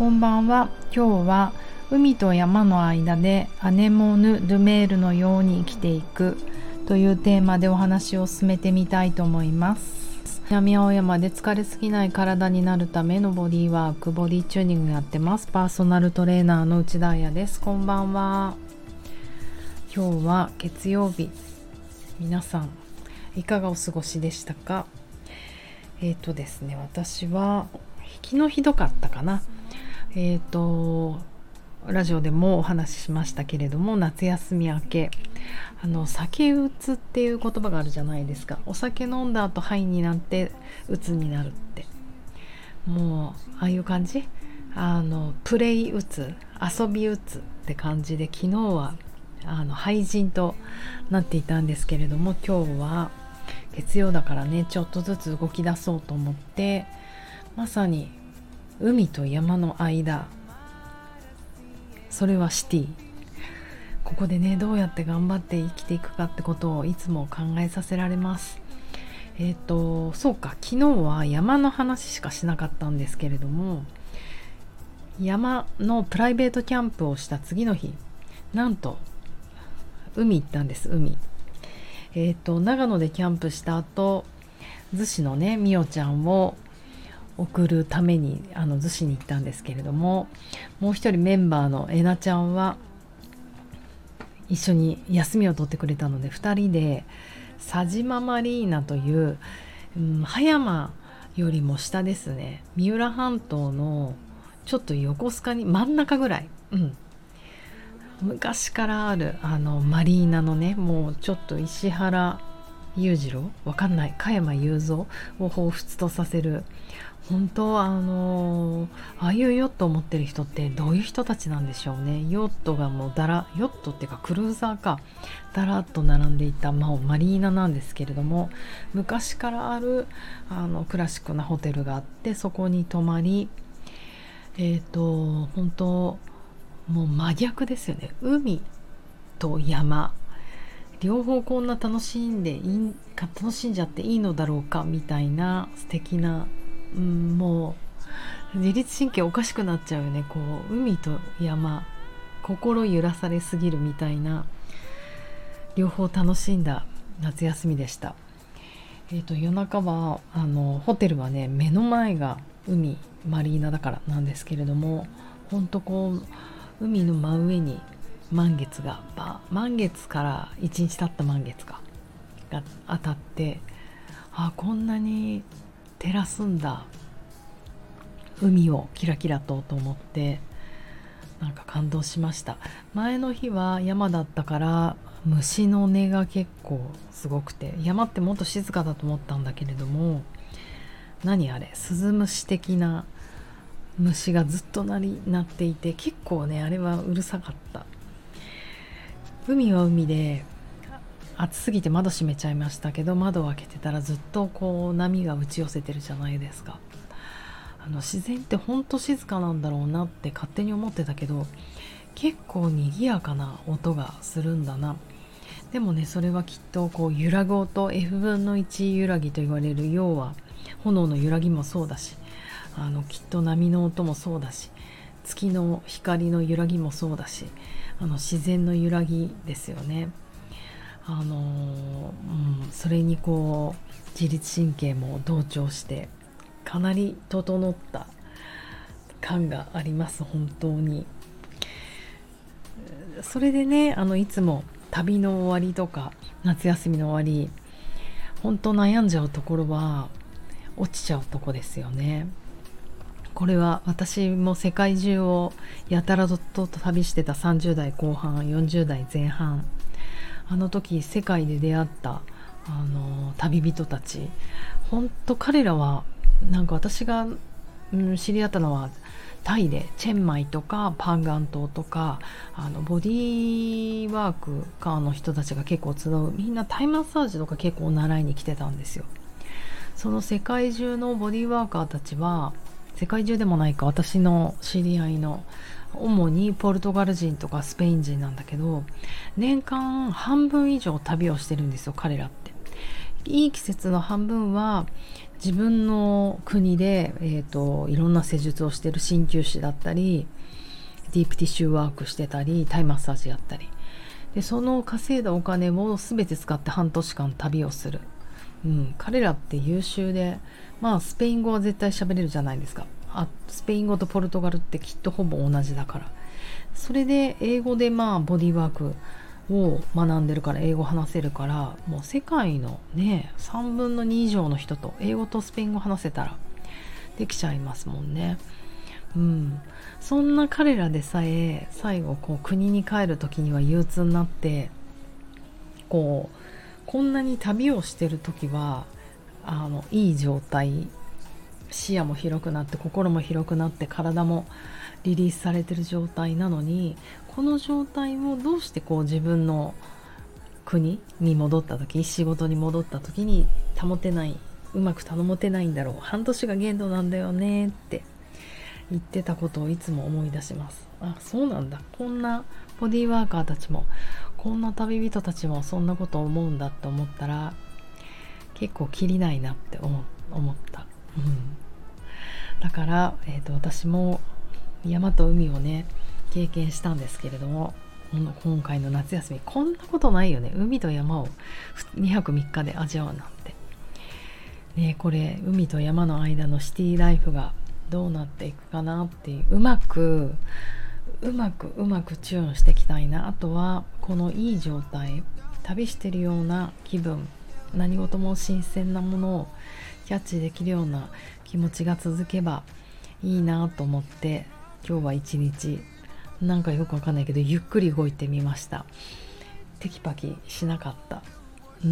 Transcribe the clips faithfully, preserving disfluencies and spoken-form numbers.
こんばんは。今日は海と山の間でアネモヌ・ドゥメールのように生きていくというテーマでお話を進めてみたいと思います。南青山で疲れすぎない体になるためのボディワーク、ボディチューニングやってます。パーソナルトレーナーの内田彩です。こんばんは。今日は月曜日。皆さんいかがお過ごしでしたか？えっとですね、私は昨日ひどかったかな。えっとラジオでもお話ししましたけれども、夏休み明け、あの酒うつっていう言葉があるじゃないですか。お酒飲んだ後ハイになってうつになるって、もうああいう感じ、あのプレイうつ、遊びうつって感じで、昨日はあの廃人となっていたんですけれども、今日は月曜だからね、ちょっとずつ動き出そうと思って、まさに海と山の間、それはシティ、ここでね、どうやって頑張って生きていくかってことをいつも考えさせられます。えっとそうか、昨日は山の話しかしなかったんですけれども、山のプライベートキャンプをした次の日、なんと海行ったんです。海えっと長野でキャンプした後、逗子のねみおちゃんを送るためにあの逗子に行ったんですけれども、もう一人メンバーのえなちゃんは一緒に休みを取ってくれたので、ふたりで佐島マリーナという、うん、葉山よりも下ですね、三浦半島のちょっと横須賀に真ん中ぐらい、うん、昔からあるあのマリーナのね、もうちょっと石原裕次郎、わかんない、加山雄三を彷彿とさせる、本当あのああいうヨットを持ってる人ってどういう人たちなんでしょうね。ヨットがもうだら、ヨットっていうかクルーザーか、だらっと並んでいた、まあ、マリーナなんですけれども、昔からあるあのクラシックなホテルがあって、そこに泊まり、えっと本当もう真逆ですよね。海と山両方こんな楽しんでいいか、楽しんじゃっていいのだろうかみたいな素敵な、うん、もう自律神経おかしくなっちゃうよね。こう海と山、心揺らされすぎるみたいな、両方楽しんだ夏休みでした。えっと夜中はあのホテルはね、目の前が海、マリーナだからなんですけれども、ほんとこう海の真上に満月が、満月からいちにち経った満月かが当たって、あ、こんなに照らすんだ海をキラキラとと思って、なんか感動しました。前の日は山だったから虫の音が結構すごくて、山ってもっと静かだと思ったんだけれども、何あれ、スズムシ的な虫がずっと鳴り鳴っていて、結構ねあれはうるさかった。海は海で暑すぎて窓閉めちゃいましたけど、窓を開けてたらずっとこう波が打ち寄せてるじゃないですか。あの自然ってほんと静かなんだろうなって勝手に思ってたけど、結構賑やかな音がするんだな。でもね、それはきっとこう揺らぐ音、 エフぶんのいち 揺らぎと言われる、要は炎の揺らぎもそうだし、あのきっと波の音もそうだし、月の光の揺らぎもそうだし、あの自然の揺らぎですよね。あの、うん、それにこう自律神経も同調してかなり整った感があります、本当に。それでね、あのいつも旅の終わりとか夏休みの終わり、本当悩んじゃうところは落ちちゃうとこですよね。これは私も世界中をやたらと旅してたさんじゅう代後半よんじゅう代前半、あの時世界で出会ったあの旅人たち、本当彼らはなんか私が、うん、知り合ったのはタイでチェンマイとかパンガン島とか、あのボディーワークカーの人たちが結構集う、みんなタイマッサージとか結構習いに来てたんですよ。その世界中のボディーワーカーたちは、世界中でもないか、私の知り合いの主にポルトガル人とかスペイン人なんだけど、年間半分以上旅をしてるんですよ、彼らって。 いい季節の半分は自分の国で、えーと、いろんな施術をしている鍼灸師だったり、ディープティッシュワークしてたり、タイマッサージやったりで、その稼いだお金を全て使って半年間旅をする。うん、彼らって優秀で、まあスペイン語は絶対喋れるじゃないですか。あ、スペイン語とポルトガルってきっとほぼ同じだから、それで英語でまあボディーワークを学んでるから、英語話せるから、もう世界のねさんぶんのに以上の人と英語とスペイン語話せたらできちゃいますもんね。うん、そんな彼らでさえ最後こう国に帰る時には憂鬱になって、こうこんなに旅をしてる時はあのいい状態、視野も広くなって心も広くなって体もリリースされてる状態なのに、この状態をどうしてこう自分の国に戻った時、仕事に戻った時に保てない、うまく保てないんだろう、半年が限度なんだよねって言ってたことをいつも思い出します。あ、そうなんだ、こんなボディーワーカーたちも、こんな旅人たちもそんなことを思うんだって思ったら、結構キリないなって思思った、うん、だから、えーと、私も山と海をね経験したんですけれども、今回の夏休みこんなことないよね。海と山をにはくみっかで味わうなんてね。これ海と山の間のシティライフがどうなっていくかなっていう、うまくうまくうまくチューンしていきたいな。あとはこのいい状態、旅してるような気分、何事も新鮮なものをキャッチできるような気持ちが続けばいいなと思って、今日は一日なんかよくわかんないけどゆっくり動いてみました。テキパキしなかった。うんうん、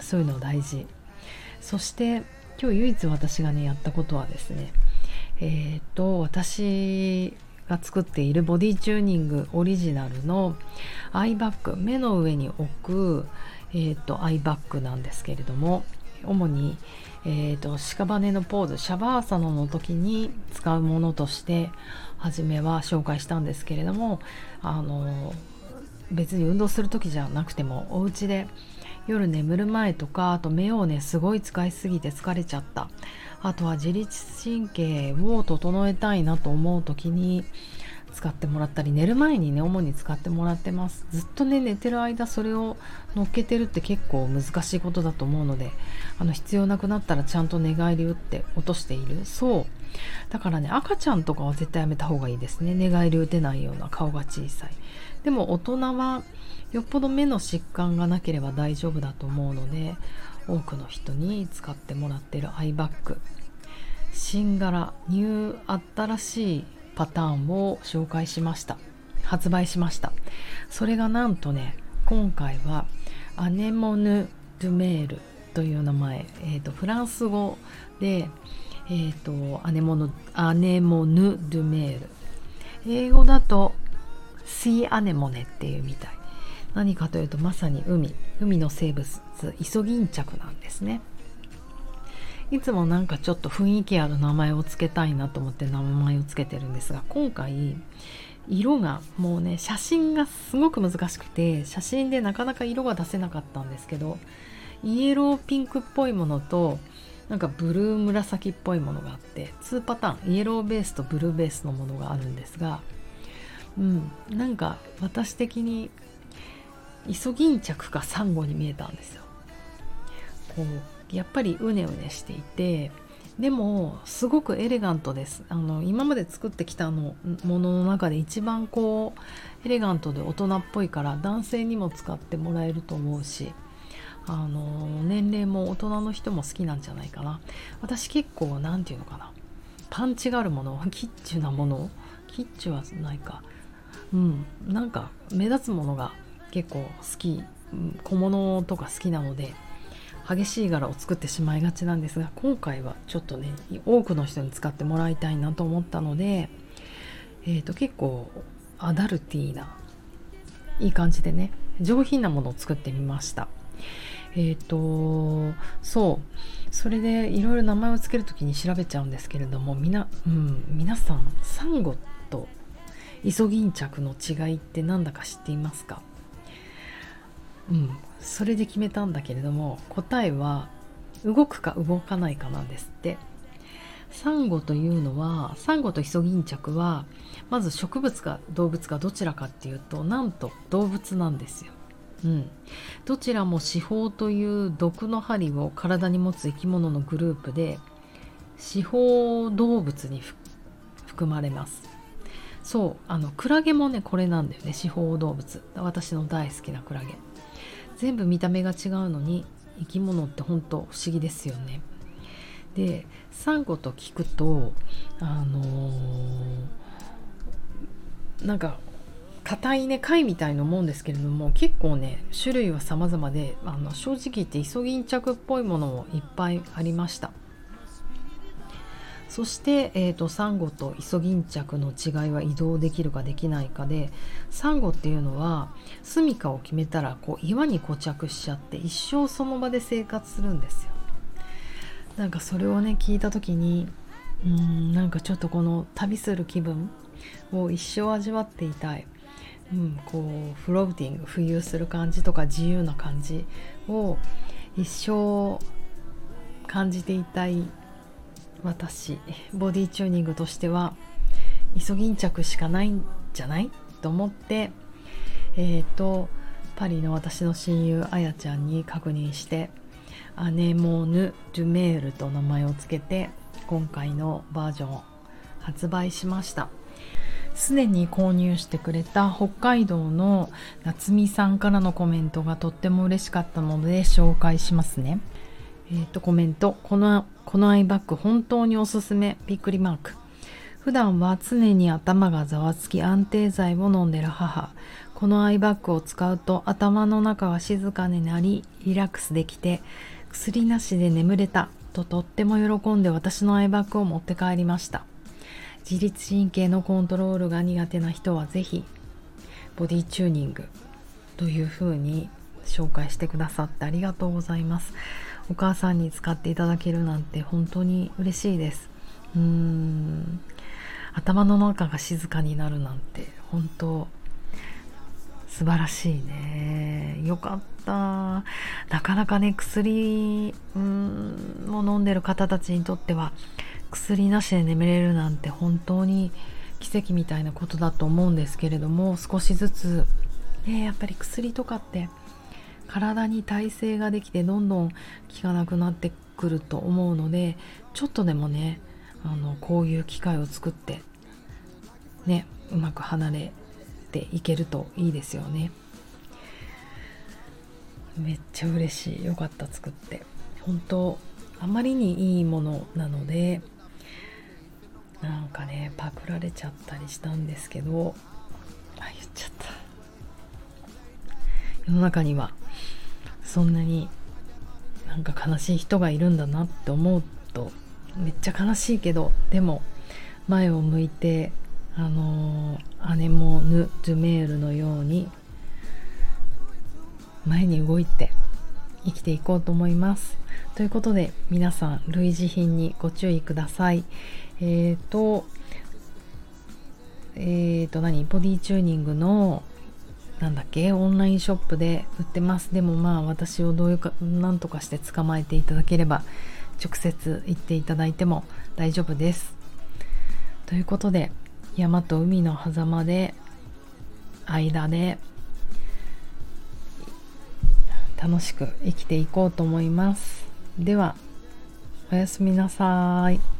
そういうの大事。そして今日唯一私がねやったことはですね、えー、っと私が作っているボディチューニングオリジナルのアイバッグ、目の上に置く、えー、とアイバッグなんですけれども、主に、えー、と屍のポーズ、シャバーサナの時に使うものとして初めは紹介したんですけれども、あの別に運動する時じゃなくてもお家で夜眠る前とか、あと目をねすごい使いすぎて疲れちゃった、あとは自律神経を整えたいなと思う時に使ってもらったり、寝る前にね主に使ってもらってます。ずっとね寝てる間それを乗っけてるって結構難しいことだと思うので、あの必要なくなったらちゃんと寝返り打って落としている。そうだからね、赤ちゃんとかは絶対やめた方がいいですね。寝返り打てないような、顔が小さい。でも大人はよっぽど目の疾患がなければ大丈夫だと思うので、多くの人に使ってもらっているアイバッグ、新柄ニュー新しいパターンを紹介しました。発売しました。それがなんとね、今回はアネモヌ・ドゥメールという名前、えーと、フランス語で、えーと、アネモヌ、アネモヌ・ドゥメール、英語だとシーアネモネっていうみたい。何かというとまさに海、海の生物、イソギンチャクなんですね。いつもなんかちょっと雰囲気ある名前をつけたいなと思って名前をつけてるんですが、今回色がもうね、写真がすごく難しくて、写真でなかなか色が出せなかったんですけど、イエローピンクっぽいものとなんかブルー紫っぽいものがあって、にパターン、イエローベースとブルーベースのものがあるんですが、うん、なんか私的にイソギンチャクかサンゴに見えたんですよ。こうやっぱりうねうねしていて、でもすごくエレガントです。あの今まで作ってきたのものの中で一番こうエレガントで大人っぽいから、男性にも使ってもらえると思うし、あの年齢も大人の人も好きなんじゃないかな。私結構なんていうのかな、パンチがあるもの、キッチュなもの、キッチュはないか、うんなんか目立つものが結構好き、小物とか好きなので激しい柄を作ってしまいがちなんですが、今回はちょっとね多くの人に使ってもらいたいなと思ったので、えーと、結構アダルティーないい感じでね、上品なものを作ってみました。えーとそうそれでいろいろ名前をつけるときに調べちゃうんですけれども、みな、うん、皆さんサンゴとイソギンチャクの違いってなんだか知っていますか？うん、それで決めたんだけれども、答えは動くか動かないかなんですって。サンゴというのは、サンゴとイソギンチャクはまず植物か動物かどちらかっていうと、なんと動物なんですよ。うん、どちらも刺胞という毒の針を体に持つ生き物のグループで、刺胞動物に含まれます。そう、あのクラゲもねこれなんだよね、刺胞動物。私の大好きなクラゲ。全部見た目が違うのに生き物って本当不思議ですよね。で、サンゴと聞くとあのー、なんか硬いね貝みたいに思うんですけれども、結構ね種類は様々で、あの正直言ってイソギンチャクっぽいものもいっぱいありました。そして、えーと、サンゴとイソギンチャクの違いは移動できるかできないかで、サンゴっていうのは住処を決めたらこう岩に固着しちゃって一生その場で生活するんですよ。なんかそれをね聞いた時に、うーんなんかちょっとこの旅する気分を一生味わっていたい。うん、こうフローティング、浮遊する感じとか自由な感じを一生感じていたい私。ボディチューニングとしてはイソギンチャクしかないんじゃないと思って、えーとパリの私の親友あやちゃんに確認して、アネモヌ・ドゥメールと名前をつけて今回のバージョンを発売しました。すでに購入してくれた北海道の夏美さんからのコメントがとっても嬉しかったので紹介しますね。えーとコメント、このこのアイバッグ本当におすすめ、びっくりマーク。普段は常に頭がざわつき安定剤を飲んでる母。このアイバッグを使うと頭の中が静かになりリラックスできて、薬なしで眠れたととっても喜んで私のアイバッグを持って帰りました。自律神経のコントロールが苦手な人はぜひボディチューニングという風に紹介してくださってありがとうございます。お母さんに使っていただけるなんて本当に嬉しいです。うーん頭の中が静かになるなんて本当素晴らしいね。よかった。なかなかね薬うーんを飲んでる方たちにとっては薬なしで眠れるなんて本当に奇跡みたいなことだと思うんですけれども、少しずつ、ね、やっぱり薬とかって体に耐性ができてどんどん効かなくなってくると思うので、ちょっとでもねあのこういう機会を作ってねうまく離れていけるといいですよね。めっちゃ嬉しい。よかった、作って。本当あまりにいいものなのでなんかねパクられちゃったりしたんですけど、あ言っちゃった。世の中にはそんなになんか悲しい人がいるんだなって思うとめっちゃ悲しいけど、でも前を向いてあのアネモヌ・ドゥメールのように前に動いて生きていこうと思います。ということで皆さん類似品にご注意ください。えーとえーと何ボディチューニングのなんだっけオンラインショップで売ってます。でもまあ私をどういうかなんとかして捕まえていただければ直接行っていただいても大丈夫です。ということで山と海の狭間で間で楽しく生きていこうと思います。ではおやすみなさい。